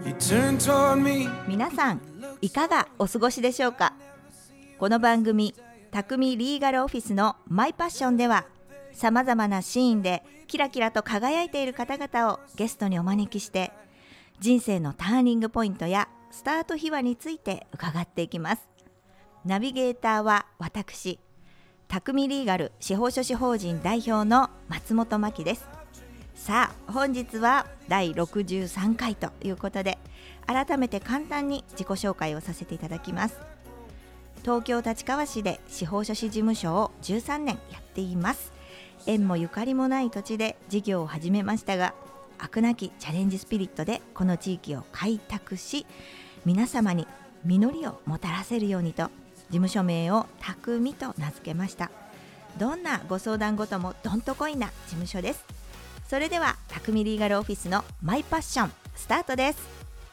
皆さんいかがお過ごしでしょうか。この番組匠リーガルオフィスのマイパッションでは、さまざまなシーンでキラキラと輝いている方々をゲストにお招きして、人生のターニングポイントやスタート秘話について伺っていきます。ナビゲーターは私、匠リーガル司法書士法人代表の松本真希です。さあ本日は第63回ということで、改めて簡単に自己紹介をさせていただきます。東京立川市で司法書士事務所を13年やっています。縁もゆかりもない土地で事業を始めましたが、飽くなきチャレンジスピリットでこの地域を開拓し、皆様に実りをもたらせるようにと、事務所名を匠と名付けました。どんなご相談事もどんとこいな事務所です。それでは匠リーガルオフィスのマイパッションスタートです。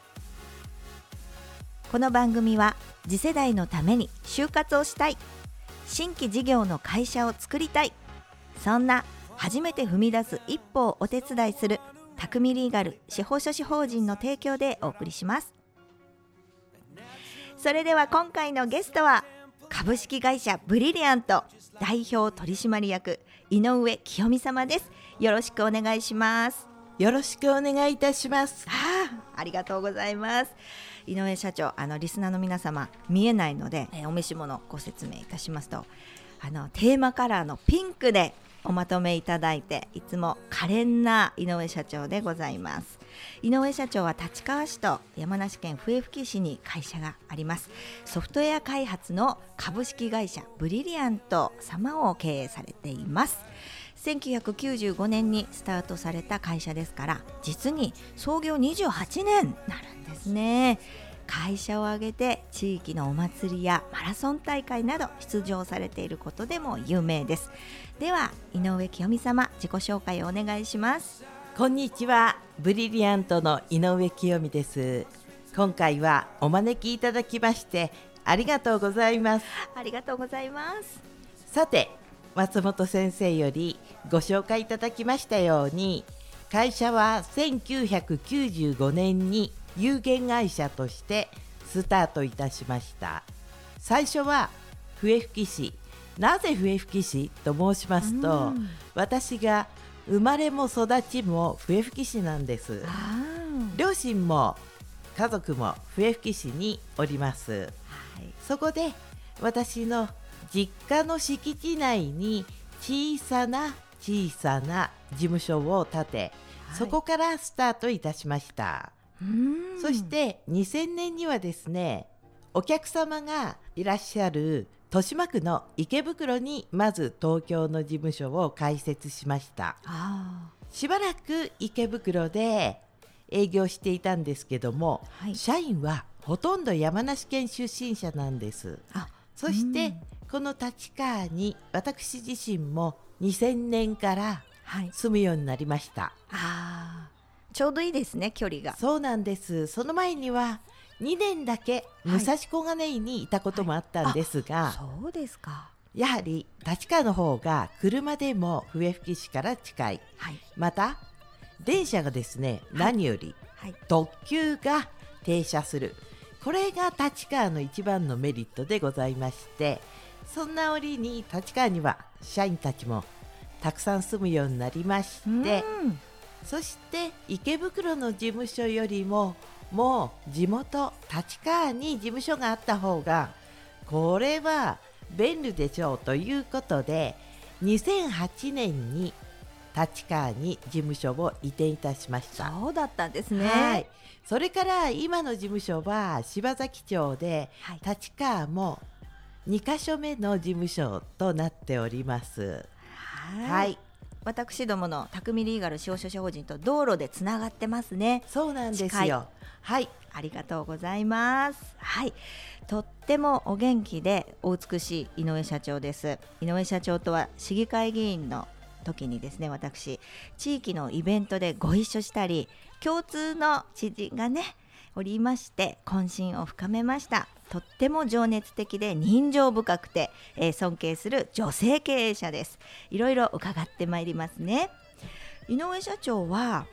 この番組は次世代のために就活をしたい、新規事業の会社を作りたい、そんな初めて踏み出す一歩をお手伝いする匠リーガル司法書士法人の提供でお送りします。それでは今回のゲストは、株式会社ブリリアント代表取締役井上清美様です。よろしくお願いします。 よろしくお願いいたします。 ありがとうございます。井上社長、リスナーの皆様見えないので、お召し物をご説明いたしますと、テーマカラーのピンクでおまとめいただいて、いつも可憐な井上社長でございます。井上社長は立川市と山梨県笛吹市に会社があります。ソフトウェア開発の株式会社ブリリアント様を経営されています。1995年にスタートされた会社ですから、実に創業28年になるんですね。会社を挙げて地域のお祭りやマラソン大会など出場されていることでも有名です。では井上清美様、自己紹介をお願いします。 こんにちは、ブリリアントの井上清美です。今回はお招きいただきましてありがとうございます。 ありがとうございます。 さて、松本先生よりご紹介いただきましたように、会社は1995年に有限会社としてスタートいたしました。最初は笛吹市。なぜ笛吹市と申しますと、私が生まれも育ちも笛吹市なんです。両親も家族も笛吹市におります、そこで私の実家の敷地内に小さな事務所を建て、そこからスタートいたしました。そして2000年にはですね、お客様がいらっしゃる豊島区の池袋にまず東京の事務所を開設しました。しばらく池袋で営業していたんですけども、社員はほとんど山梨県出身者なんです。そしてこの立川に私自身も2000年から住むようになりました。 ちょうどいいですね、距離が。 そうなんです。その前には2年だけ武蔵小金井にいたこともあったんですが、 そうですか。 やはり立川の方が車でも笛吹市から近い、また電車がですね、何より特急が停車する、これが立川の一番のメリットでございまして、そんな折に立川には社員たちもたくさん住むようになりまして、そして池袋の事務所よりももう地元立川に事務所があった方がこれは便利でしょうということで、2008年に立川に事務所を移転いたしました。 そうだったんですね。 それから今の事務所は柴崎町で、立川も2カ所目の事務所となっております。 私どもの匠リーガル司法書士法人と道路でつながってますね。 そうなんですよ。 ありがとうございます。とってもお元気でお美しい井上社長です。井上社長とは市議会議員の時にですね、私地域のイベントでご一緒したり、共通の知人がねおりまして懇親を深めました。とっても情熱的で人情深くて、尊敬する女性経営者です。いろいろ伺ってまいりますね。井上社長は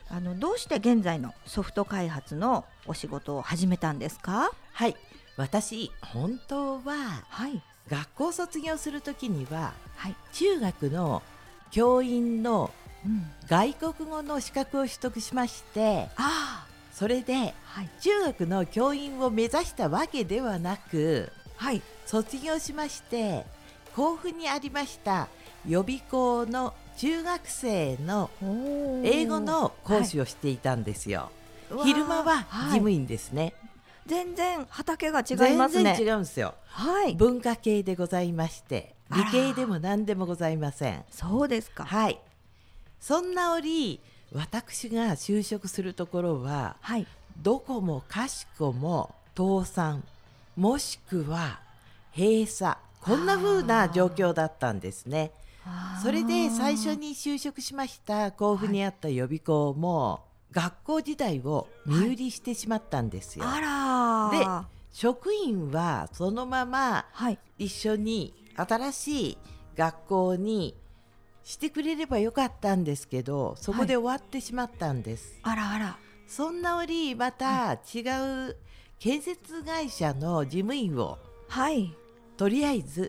どうして現在のソフト開発のお仕事を始めたんですか？ はい、私本当ははい、 学校卒業するときにははい、 中学の教員のうん外国語の資格を取得しまして、 あそれではい、 中学の教員を目指したわけではなく、 はい、 卒業しまして甲府にありました予備校の中学生の英語の講師をしていたんですよ。昼間は事務員ですね。 全然畑が違いますね。 全然違うんですよ。 はい、 文化系でございまして、 あら理系でも何でもございません。 そうですか。 はい。そんな折、私が就職するところは、 はい、 どこもかしこも倒産、もしくは閉鎖、こんな風な状況だったんですね。それで最初に就職しました甲府にあった予備校も、学校時代を身売りしてしまったんですよ。 あらで、職員はそのままはい一緒に新しい学校にしてくれればよかったんですけど、そこで終わってしまったんです。 あらあらそんな折、また違う建設会社の事務員をはいとりあえず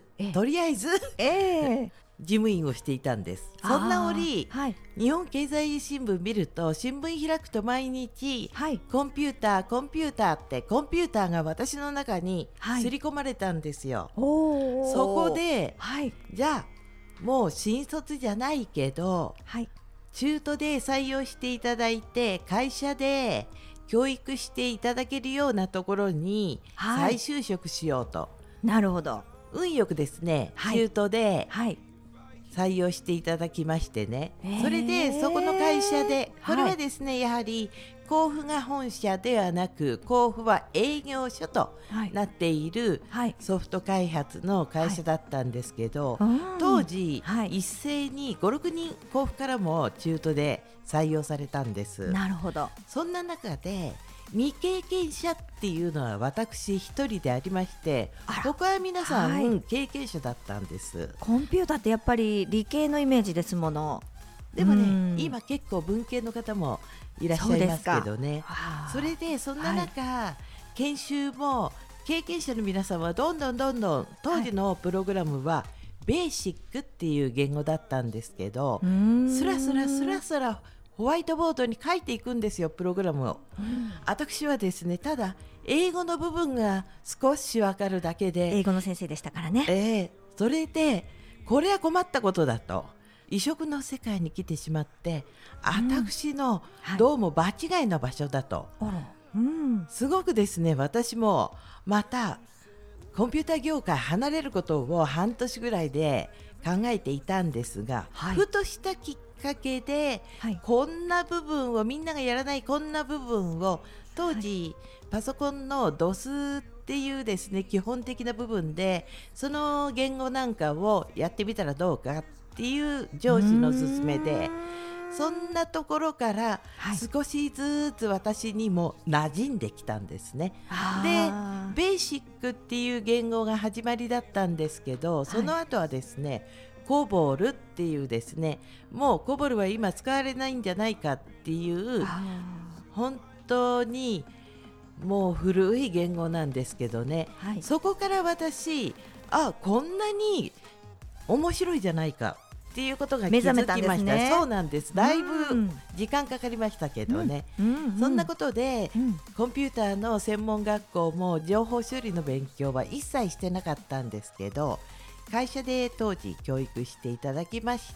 事務員をしていたんです。そんな折、 はい日本経済新聞見ると、新聞開くと毎日はいコンピューターってコンピューターが私の中にはい刷り込まれたんですよ。 おーそこではいじゃあもう新卒じゃないけどはい中途で採用していただいて会社で教育していただけるようなところにはい再就職しようと、 なるほど運よくですね、 はい中途ではい採用していただきましてね、 へーそれでそこの会社でこれははいですね、やはり甲府が本社ではなく甲府は営業所とはいなっているはいソフト開発の会社だったんですけど、 うん当時、 はい一斉に5、6人甲府からも中途で採用されたんです。 なるほどそんな中で未経験者っていうのは私一人でありまして、 あらここは皆さん、 はい経験者だったんです。 コンピューターってやっぱり理系のイメージですもの。 でもね、 うん今結構文系の方もいらっしゃいますけどね。 はあそれでそんな中、研修も経験者の皆さんはどんどん当時のプログラムはベーシックっていう言語だったんですけど、 うーんスラスラホワイトボードに書いていくんですよ、プログラムを。私はですね、ただ英語の部分が少しわかるだけで、 英語の先生でしたからね。 それでこれは困ったことだと、異色の世界に来てしまって、私のはいどうも場違いの場所だと、 あらうんすごくですね、私もまたコンピューター業界離れることを半年ぐらいで考えていたんですが、 はいふとしたきっかけで、 はいこんな部分をみんながやらないこんな部分を当時、パソコンの DOS っていうですね基本的な部分でその言語なんかをやってみたらどうかっていう上司の勧めで、そんなところからはい少しずつ私にも馴染んできたんですね。であーベーシックっていう言語が始まりだったんですけど、その後はですね、コボルっていうですね、もうコボルは今使われないんじゃないかっていうあ本当にもう古い言語なんですけどね、 ーはいそこから私こんなに面白いじゃないかっていうことが気目覚めづきました。 たんですねそうなんです。だいぶうん時間かかりましたけどね、 うんそんなことで、 うんコンピューターの専門学校も情報処理の勉強は一切してなかったんですけど、会社で当時教育していただきまして、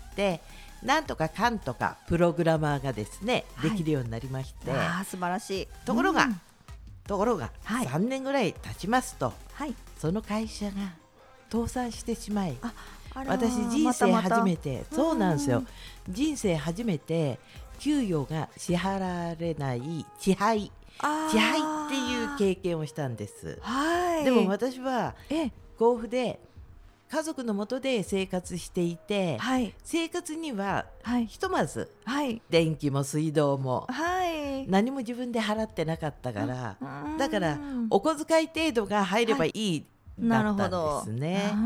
なんとかかんとかプログラマーがですね、 はいできるようになりまして、 あー素晴らしい。 ところが、 うんはい 3年ぐらい経ちますと、 はいその会社が倒産してしまい、 あら私人生また初めて、そうなんですよ、 うん人生初めて給与が支払われない遅配っていう経験をしたんです。 はいでも私はえ甲府で家族の下で生活していて、 はい生活にははいひとまずはい電気も水道もはい何も自分で払ってなかったから、 うんだからお小遣い程度が入ればいいだったんですね。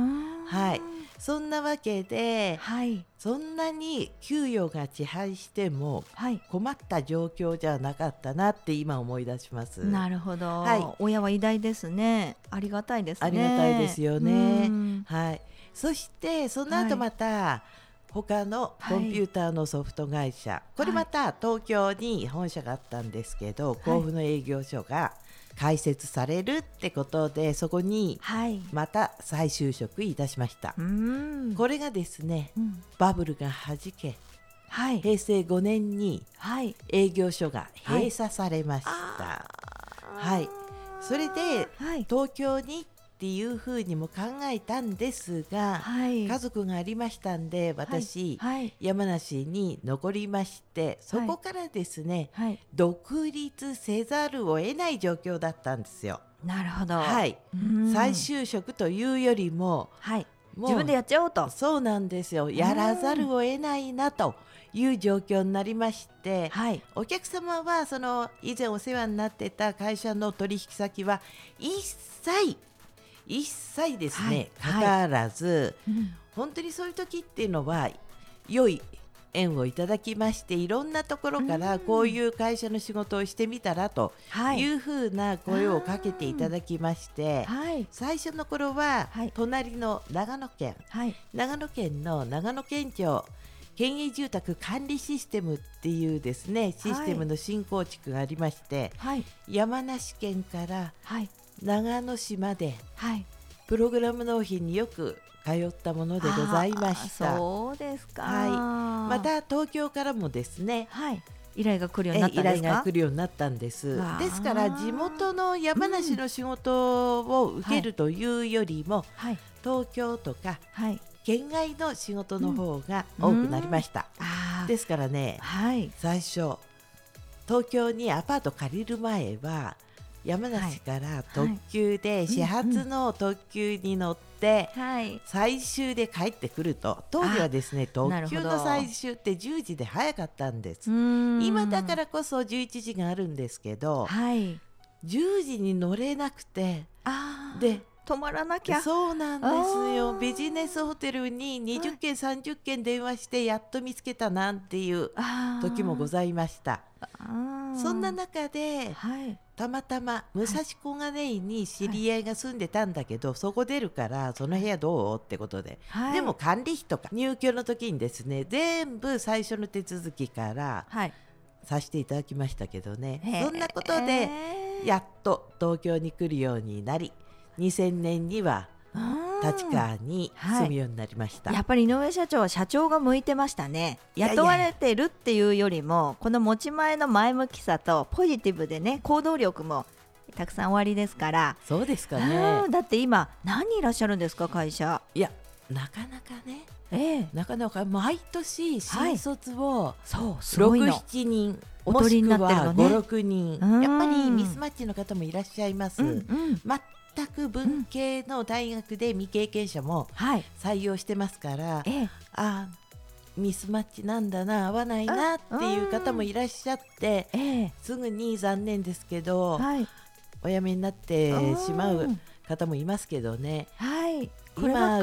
はい、そんなわけで、 はい、 そんなに給与が遅配してもはい、 困った状況じゃなかったなって今思い出します。 なるほど、 はい、 親は偉大ですね。ありがたいですね。 ありがたいですよね。 うん、 はい、そしてその後また、他のコンピューターのソフト会社、これまた東京に本社があったんですけど、甲府の営業所が開設されるってことで、そこにまた再就職いたしました。これがですね、バブルがはじけ、平成5年に営業所が閉鎖されました。はい、それで、東京にっていうふうにも考えたんですが、家族がありましたんで私、山梨に残りまして、そこからですね、独立せざるを得ない状況だったんですよ。 なるほど、 再就職というよりも、 もう自分でやっちゃおうと。 そうなんですよ、やらざるを得ないなという状況になりまして、お客様はその以前お世話になってた会社の取引先は一切ですね、関わらず、本当にそういう時っていうのは良い縁をいただきまして、いろんなところからこういう会社の仕事をしてみたらというふうな声をかけていただきまして、最初の頃は隣の長野県の長野県庁県営住宅管理システムっていうですね、システムの新構築がありまして、山梨県から長野市まで、プログラム納品によく通ったものでございました。 そうですか。 また東京からもですね、 依頼が来るようになったんですか？ 依頼が来るようになったんです。ですから地元の山梨の仕事を受けるというよりも、東京とか、県外の仕事の方が多くなりました。ですからね、最初東京にアパート借りる前は山梨から特急で始発の特急に乗って、最終で帰ってくると。当時はですね、特急の最終って10時で早かったんです。今だからこそ11時があるんですけど、10時に乗れなくて、で止まらなきゃ。 そうなんですよ。ビジネスホテルに20件30件電話してやっと見つけたなんていう時もございました。そんな中で、たまたま武蔵小金井に知り合いが住んでたんだけど、そこ出るからその部屋どうってことで、でも管理費とか入居の時にですね、全部最初の手続きからさせていただきましたけどね、そんなことでやっと東京に来るようになり、2000年には立川に住むようになりました。 やっぱり井上社長は社長が向いてましたね。雇われてるっていうよりも、この持ち前の前向きさとポジティブでね、行動力もたくさんおありですから。 そうですかね。 だって今何人いらっしゃるんですか、会社？ いや、なかなかね、なかなか毎年新卒を6、7人もしくは5、6人、やっぱりミスマッチの方もいらっしゃいます。全く文系の大学で未経験者も採用してますから、ミスマッチなんだな、合わないなっていう方もいらっしゃって、すぐに残念ですけど、お辞めになってしまう方もいますけどね。今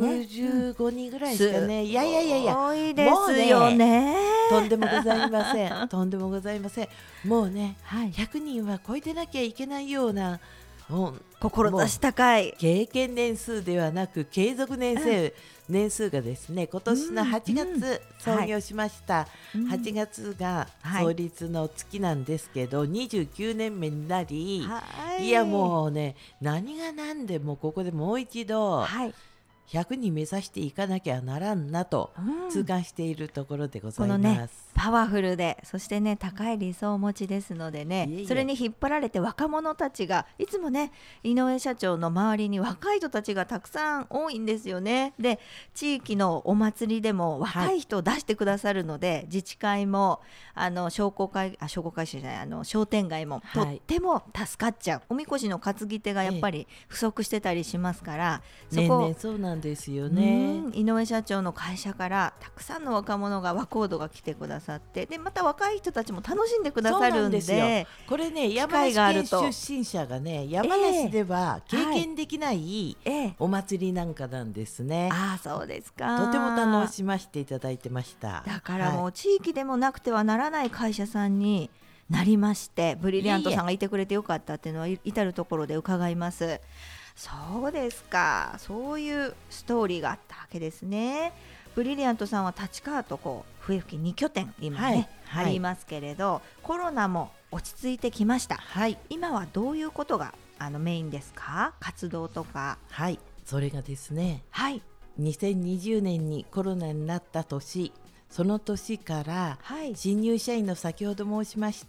65人ぐらいですかね。いや多いですよね。 とんでもございません。とんでもございません。もうね、100人は超えてなきゃいけないような志高い経験年数ではなく継続年数がですね、今年の8月創業しました。8月が創立の月なんですけど、29年目になり、いやもうね、何が何でもここでもう一度100人目指していかなきゃならんなと痛感しているところでございます。 このね、パワフルで、そしてね、高い理想をお持ちですのでね、それに引っ張られて若者たちがいつもね、井上社長の周りに若い人たちがたくさん多いんですよね。で、地域のお祭りでも若い人を出してくださるので、自治会も商店街もとっても助かっちゃう。おみこしの担ぎ手がやっぱり不足してたりしますから、 年々そうなんですよね。 井上社長の会社からたくさんの若者が和コードが来てくださって、でまた若い人たちも楽しんでくださるんで、 そうなんですよ。これね、山梨県出身者がね、山梨では経験できないお祭りなんかなんですね。 ああ、そうですか。 とても楽しませていただいてました。 だからもう地域でもなくてはならない会社さんになりまして、ブリリアントさんがいてくれてよかったっていうのは至るところで伺います。そうですか、そういうストーリーがあったわけですね。ブリリアントさんは立川と笛吹2拠点今ね、ありますけれど、コロナも落ち着いてきました。今はどういうことがメインですか、活動とか。 それがですね、2020年にコロナになった年、その年から新入社員の先ほど申しました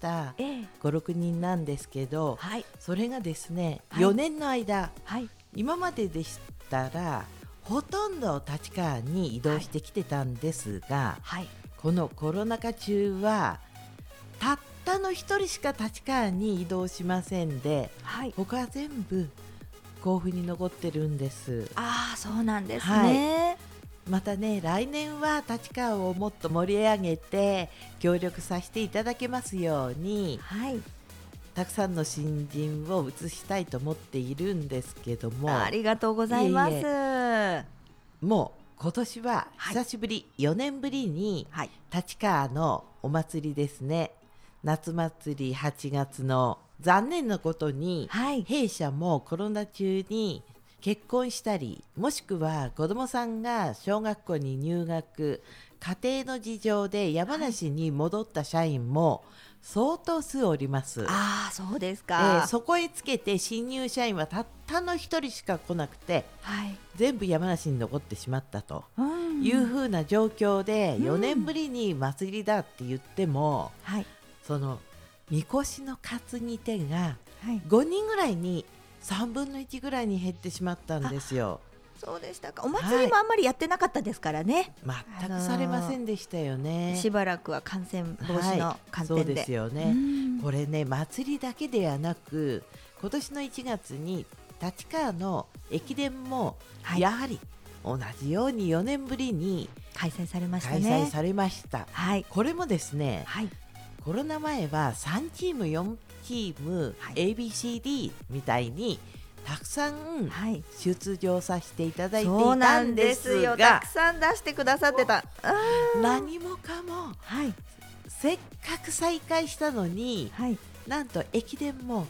、5、6人なんですけど、それがですね、4年の間、今まででしたらほとんど立川に移動してきてたんですが、このコロナ禍中はたったの1人しか立川に移動しませんで、他は全部甲府に残ってるんです。 そうなんですね。 またね、来年は立川をもっと盛り上げて協力させていただけますように、たくさんの新人を移したいと思っているんですけども。 ありがとうございます。 もう今年は久しぶり、4年ぶりに立川のお祭りですね、夏祭り8月の、残念なことに、弊社もコロナ中に結婚したり、もしくは子どもさんが小学校に入学、家庭の事情で山梨に戻った社員も相当数おります。 そうですか。 そこへつけて新入社員はたったの1人しか来なくて、全部山梨に残ってしまったというふうな状況で、4年ぶりに祭りだって言っても、そのみこしの担ぎ手が5人ぐらいに3分の1ぐらいに減ってしまったんですよ。 そうでしたか。お祭りもあんまりやってなかったですからね。 全くされませんでしたよね。 しばらくは感染防止の観点で、 そうですよね。これね、祭りだけではなく、今年の1月に立川の駅伝もやはり同じように4年ぶりに開催されましたね。 開催されました。これもですね、コロナ前は3チーム4チーム、ABCD みたいにたくさん出場させていただいていたんですが、 たくさん出してくださってた。 何もかも、せっかく再開したのに、なんと駅伝も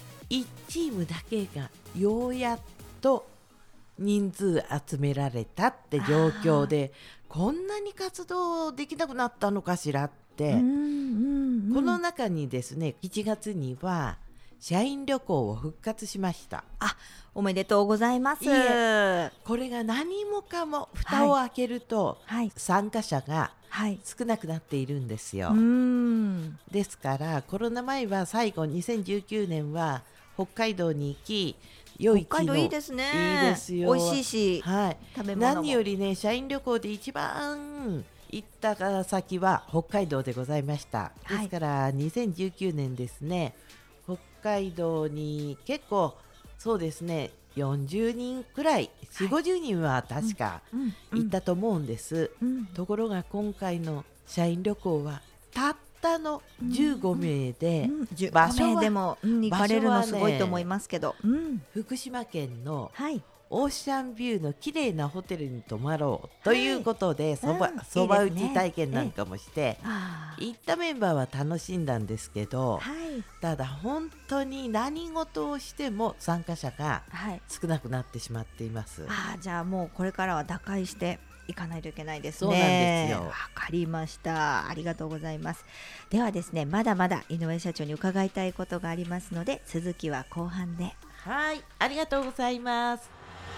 1チームだけがようやっと人数集められたって状況で、こんなに活動できなくなったのかしらって、この中にですね、1月には社員旅行を復活しました。 おめでとうございます。 これが何もかも蓋を開けると、参加者が少なくなっているんですよ。ですからコロナ前は最後2019年は北海道に行き、 北海道いいですね。 いいですよ。 美味しいし、食べ物も。 何よりね、社員旅行で一番行った先は北海道でございました。ですから2019年ですね、北海道に結構そうですね、40人くらい、4、50人は確か行ったと思うんです。ところが今回の社員旅行はたったの15名で、 場所でも行かれるのすごいと思いますけど、 福島県のオーシャンビューの綺麗なホテルに泊まろうということで、そば打ち体験なんかもして、行ったメンバーは楽しんだんですけど、ただ本当に何事をしても参加者が少なくなってしまっています。 じゃあもうこれからは打開していかないといけないですね。 そうなんですよ。 わかりました。ありがとうございます。ではですね、まだまだ井上社長に伺いたいことがありますので、続きは後半で。 ありがとうございます。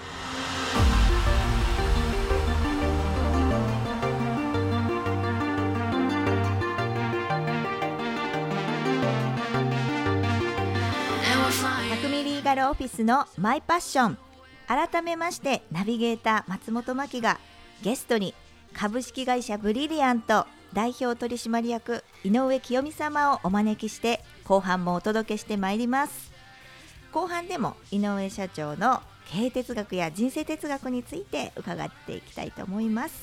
匠リーガルオフィスのマイパッション、改めましてナビゲーター松本真希がゲストに株式会社ブリリアント代表取締役井上清美様をお招きして後半もお届けしてまいります。後半でも井上社長の経営哲学や人生哲学について伺っていきたいと思います。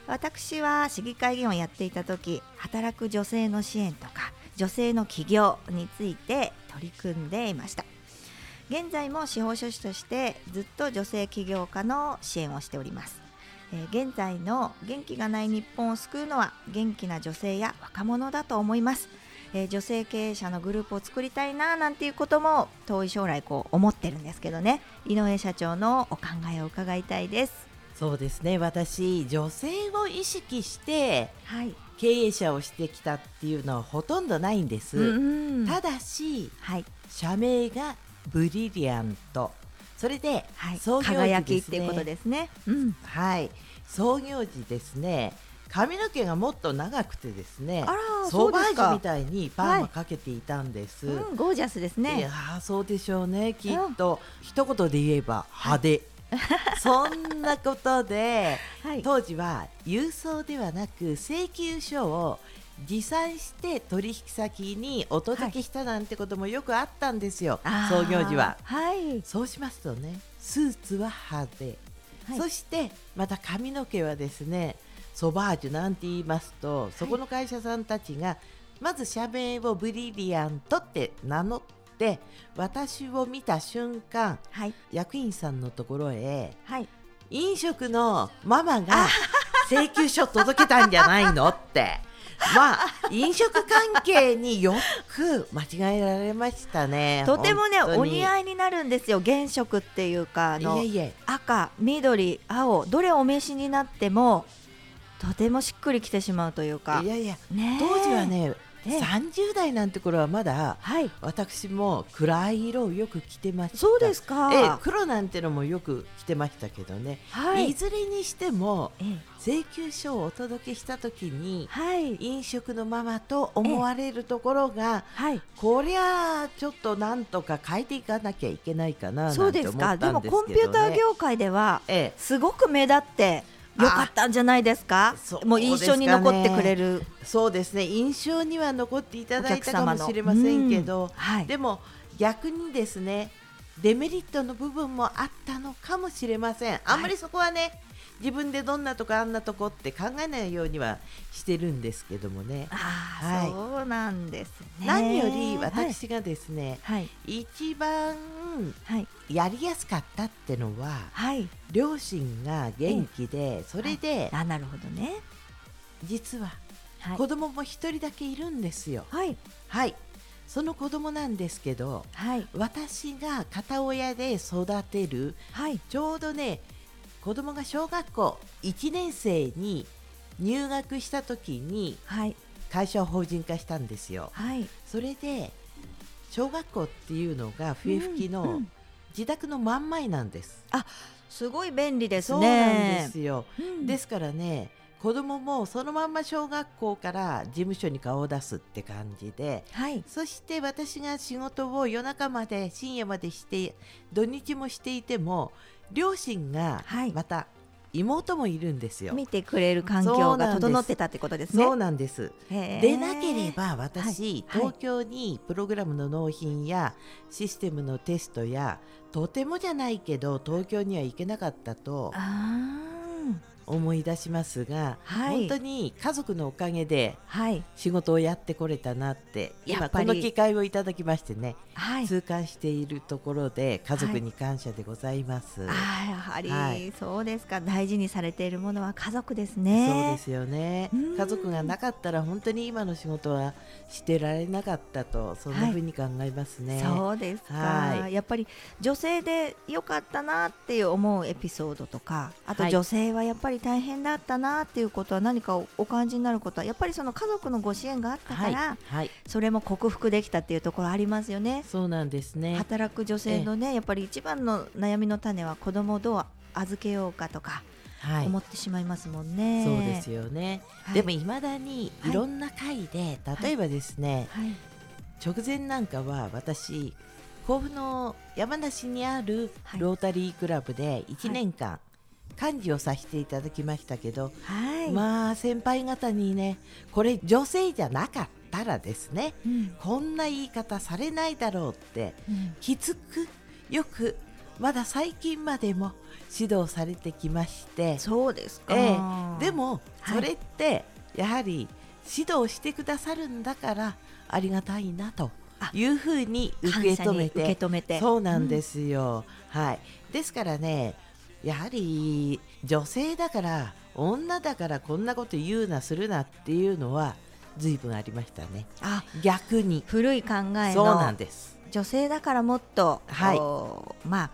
私は市議会議員をやっていた時、働く女性の支援とか女性の起業について取り組んでいました。現在も司法書士としてずっと女性起業家の支援をしております。現在の元気がない日本を救うのは元気な女性や若者だと思います。女性経営者のグループを作りたいななんていうことも遠い将来思ってるんですけどね。井上社長のお考えを伺いたいです。 そうですね、私女性を意識してはい、 経営者をしてきたっていうのはほとんどないんです、ただし、 はい、 社名がブリリアント、それではい、 創業時輝きですね、 っていうことですね。 はい、創業時ですね、髪の毛がもっと長くてですね、 あら、 ソーバージュそうですか。 みたいにパーマかけていたんです、 ゴージャスですいね。 やそうでしょうね、きっと、一言で言えば派手、そんなことで、 はい、 当時は郵送ではなく請求書を持参して取引先にお届けしたなんてこともよくあったんですよ、創業時は。 はい、 そうしますとね、スーツは派手、 はい、 そしてまた髪の毛はですね、ソバージュなんて言いますと、そこの会社さんたちがまず社名をブリリアントって名乗って、私を見た瞬間、 はい、 役員さんのところへ、 はい、 飲食のママが請求書届けたんじゃないのってまあ飲食関係によく間違えられましたね。 とてもね、 本当にお似合いになるんですよ。原色っていうか、 いえいえ、 赤、緑、青、どれお召しになってもとてもしっくりきてしまうというか、 いやいや、 ね、 当時はね、 ね、 30代なんて頃はまだ、 はい、 私も暗い色をよく着てました。 そうですか。 黒なんてのもよく着てましたけどね、 はい、 いずれにしても請求書をお届けした時に、 はい、 飲食のママと思われるところが、 はい、 こりゃちょっとなんとか変えていかなきゃいけないかななんてそう思ったんですけどね。 ですか。でもコンピューター業界ではすごく目立ってよかったんじゃないですか。もう印象に残ってくれる。 そうですね、印象には残っていただいたかもしれませんけど、 はい、 でも逆にですね、デメリットの部分もあったのかもしれません。あんまりそこはね、自分でどんなとこあんなとこって考えないようにはしてるんですけどもね。 はい、そうなんですね。 何より私がですね、 はい、 一番やりやすかったってのは、 はい、 両親が元気で、それで、 はい、なるほどね。 実ははい、 子供も一人だけいるんですよ。 はい、 はい、その子供なんですけど、 はい、 私が片親で育てる、 はい、 ちょうどね、子供が小学校1年生に入学した時に、 はい、 会社を法人化したんですよ。 はい、 それで小学校っていうのが笛吹きの自宅の真ん前なんです。 あ、すごい便利ですね。 そうなんですよ、ですからね、子供もそのまんま小学校から事務所に顔を出すって感じで、 はい、 そして私が仕事を夜中まで深夜までして土日もしていても、両親がまた妹もいるんですよ。 見てくれる環境が整ってたってことですね。 そうなんです。でなければ私、東京にプログラムの納品やシステムのテストや、とてもじゃないけど東京には行けなかったと思い出しますが、本当に家族のおかげで仕事をやってこれたなって、今この機会をいただきましてね、痛感しているところで、家族に感謝でございます。 やはり、そうですか。大事にされているものは家族ですね。 そうですよね。家族がなかったら本当に今の仕事はしてられなかったと、そんな風に考えますね。 そうですか。やっぱり女性でよかったなっていう思うエピソードとか、あと女性はやっぱり大変だったなっていうことは、何かお感じになることは、やっぱりその家族のご支援があったから、それも克服できたっていうところありますよね。 そうなんですね。 働く女性のね、やっぱり一番の悩みの種は子供をどう預けようかとか思ってしまいますもんね。 そうですよね。でもいまだにいろんな会で、例えばですね、直前なんかは私、甲府の山梨にあるロータリークラブで1年間幹事をさせていただきましたけど、まあ先輩方にね、これ女性じゃなかったらですね、こんな言い方されないだろうって、きつくよくまだ最近までも指導されてきまして、 そうですか、 でもはいそれってやはり指導してくださるんだからありがたいなというふうに受け止めて、 感謝に受け止めて、 そうなんですよ、はい。ですからね、やはり女性だから女だからこんなこと言うなするなっていうのは随分ありましたね。逆に古い考えそうなのんです。 女性だからもっと、 はい、 まあ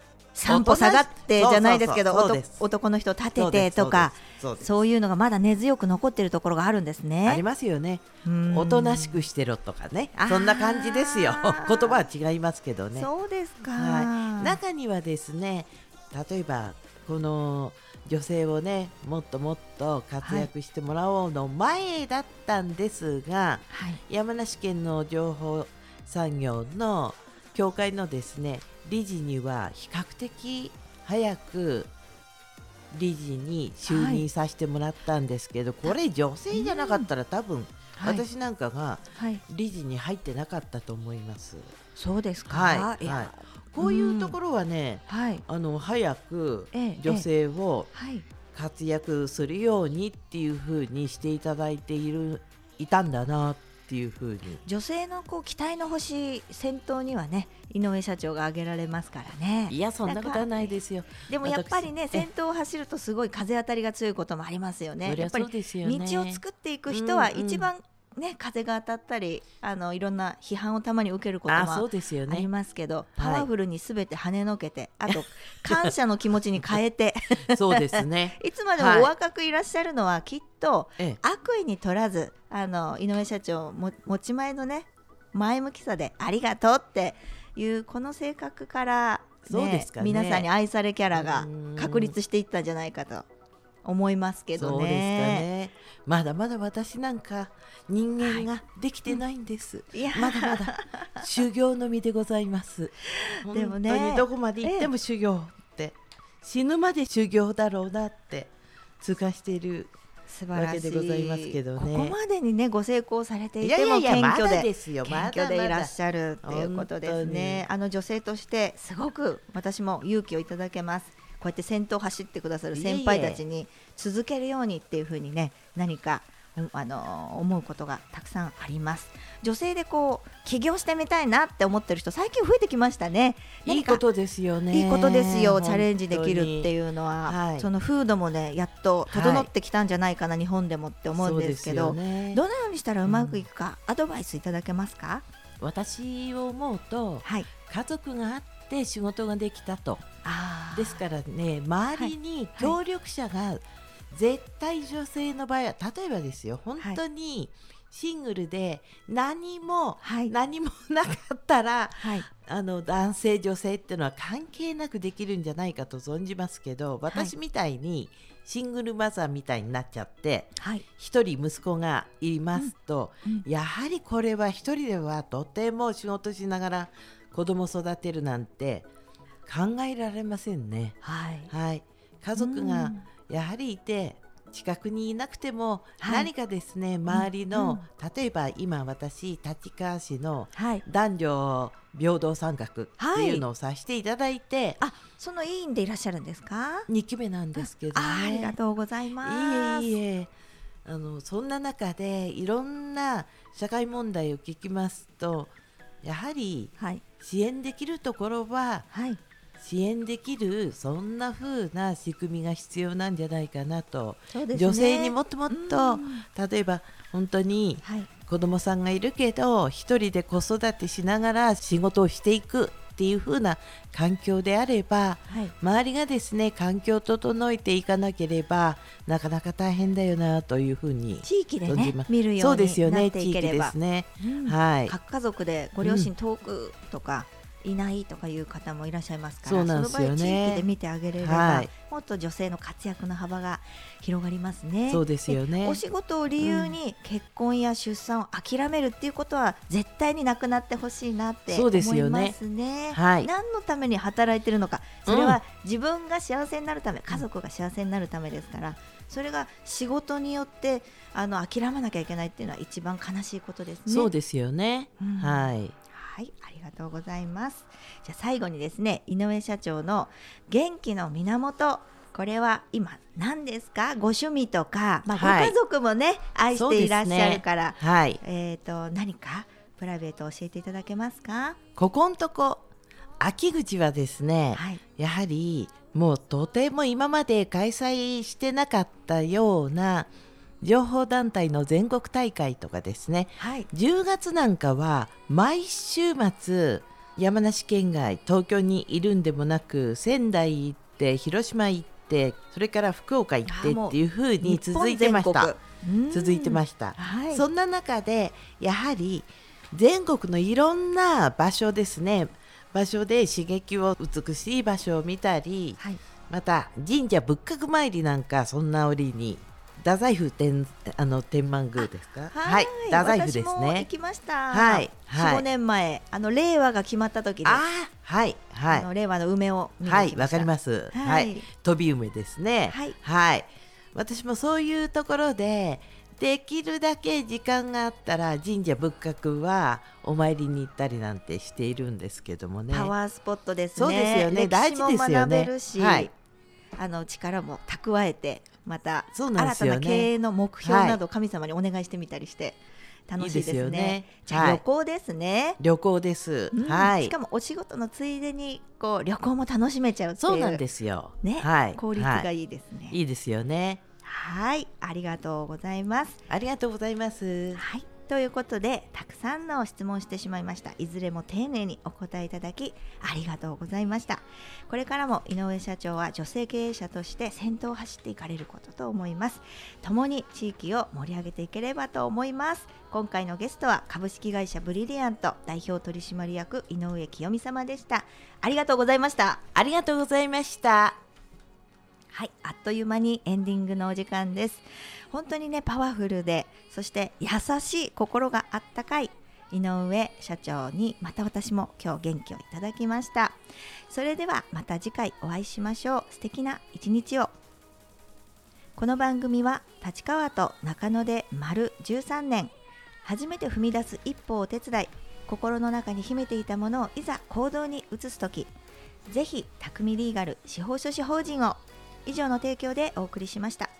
3歩下がってじゃないですけど、男の人を立ててとか、そういうのがまだ根強く残っているところがあるんですね。 ありますよね。おとなしくしてろとかね、そんな感じですよ。言葉は違いますけどね。 そうですか、 はい、中にはですね、例えばこの女性をねもっともっと活躍してもらおうの前だったんですが、 はい、 山梨県の情報産業の協会のですね理事には比較的早く理事に就任させてもらったんですけど、これ女性じゃなかったら多分私なんかが理事に入ってなかったと思います。 そうですか、 はいはい、こういうところはね、早く女性を活躍するようにっていう風にしていただいていたんだなっていう風に、 女性のこう期待の星先頭にはね井上社長が挙げられますからね。 いやそんなことはないですよ。 でもやっぱりね先頭を走るとすごい風当たりが強いこともありますよね。やっぱり道を作っていく人は一番ね、風が当たったりいろんな批判をたまに受けることもありますけど、パワフルにすべて跳ねのけて、あと感謝の気持ちに変えてそうですねいつまでもお若くいらっしゃるのはきっと悪意に取らず、井上社長持ち前のね前向きさでありがとうっていうこの性格から、ね、皆さんに愛されキャラが確立していったんじゃないかと思いますけどね。 そうですかね。まだまだ私なんか人間ができてないんです、まだまだ修行の身でございますでもね、本当にどこまで行っても修行って、死ぬまで修行だろうなって痛感しているわけでございますけどね。 ここまでにねご成功されていても謙虚でいらっしゃるっていうことですね。女性としてすごく私も勇気をいただけます。こうやって先頭を走ってくださる先輩たちに続けるようにっていうふうにね、何か思うことがたくさんあります。女性でこう起業してみたいなって思ってる人最近増えてきましたね。 いいことですよね。 いいことですよ。チャレンジできるっていうのは、その風土もねやっと整ってきたんじゃないかな、日本でもって思うんですけど、どのようにしたらうまくいくか、アドバイスいただけますか？ 私を思うと、家族があって仕事ができたと。ですからね、周りに協力者が絶対女性の場合は、例えばですよ、本当にシングルで何もなかったら、男性女性っていうのは関係なくできるんじゃないかと存じますけど、私みたいにシングルマザーみたいになっちゃって一人息子がいますと、やはりこれは一人ではとても仕事しながら子供育てるなんて考えられませんね。家族がやはりいて、近くにいなくても何かですね、周りの、例えば今私立川市の男女平等参画っていうのをさせていただいて、 その委員でいらっしゃるんですか ？2期目なんですけどね。 ありがとうございます。 いえそんな中でいろんな社会問題を聞きますと、やはり支援できるところは、支援できる、そんな風な仕組みが必要なんじゃないかなと、女性にもっともっと、例えば本当に子供さんがいるけど一人で子育てしながら仕事をしていくっていう風な環境であれば、周りがですね環境を整えていかなければなかなか大変だよなという風に地域でね見るようになっていければ、各家族でご両親遠くとか、いないとかいう方もいらっしゃいますから、その場合地域で見てあげれれば、もっと女性の活躍の幅が広がりますね。 そうですよね。 お仕事を理由に結婚や出産を諦めるっていうことは絶対になくなってほしいなって思いますね。何のために働いてるのか、それは自分が幸せになるため、家族が幸せになるためですから、それが仕事によって諦めなきゃいけないっていうのは一番悲しいことですね。 そうですよね。 はい、ありがとうございます。じゃあ最後にですね、井上社長の元気の源、これは今何ですか？ご趣味とか、ご家族もね、愛していらっしゃるから、 はい、 何かプライベートを教えていただけますか？ ここんとこ秋口はですね、やはりもうとても今まで開催してなかったような情報団体の全国大会とかですね、10月なんかは毎週末山梨県外、東京にいるんでもなく仙台行って広島行って、それから福岡行ってっていう風に続いてました。そんな中でやはり全国のいろんな場所ですね、場所で刺激を美しい場所を見たり、また神社仏閣参りなんか、そんな折に太宰府天満宮ですか？ はい、 太宰府ですね。 私も行きました。4、5年前、令和が決まった時です。令和の梅を見に行きました。 わかります。飛び梅ですね。私もそういうところでできるだけ時間があったら神社仏閣はお参りに行ったりなんてしているんですけどもね。 パワースポットですね。 そうですよね。大事ですよね。 歴史も学べるし、力も蓄えて、また新たな経営の目標など神様にお願いしてみたりして楽しいですね。じゃあ旅行ですね。 旅行です。 しかもお仕事のついでに旅行も楽しめちゃうっていう。 そうなんですよ。 効率がいいですね。 いいですよね。 はい、ありがとうございます。 ありがとうございます。 ということで、たくさんの質問してしまいました。いずれも丁寧にお答えいただきありがとうございました。これからも井上社長は女性経営者として先頭を走っていかれることと思います。共に地域を盛り上げていければと思います。今回のゲストは株式会社ブリリアント代表取締役井上清美様でした。ありがとうございました。 ありがとうございました。 あっという間にエンディングのお時間です。本当にね、パワフルで、そして優しい心があったかい井上社長に、また私も今日元気をいただきました。それではまた次回お会いしましょう。素敵な一日を。この番組は立川と中野で丸13年、初めて踏み出す一歩をお手伝い、心の中に秘めていたものをいざ行動に移すとき、ぜひ匠リーガル司法書士法人を。以上の提供でお送りしました。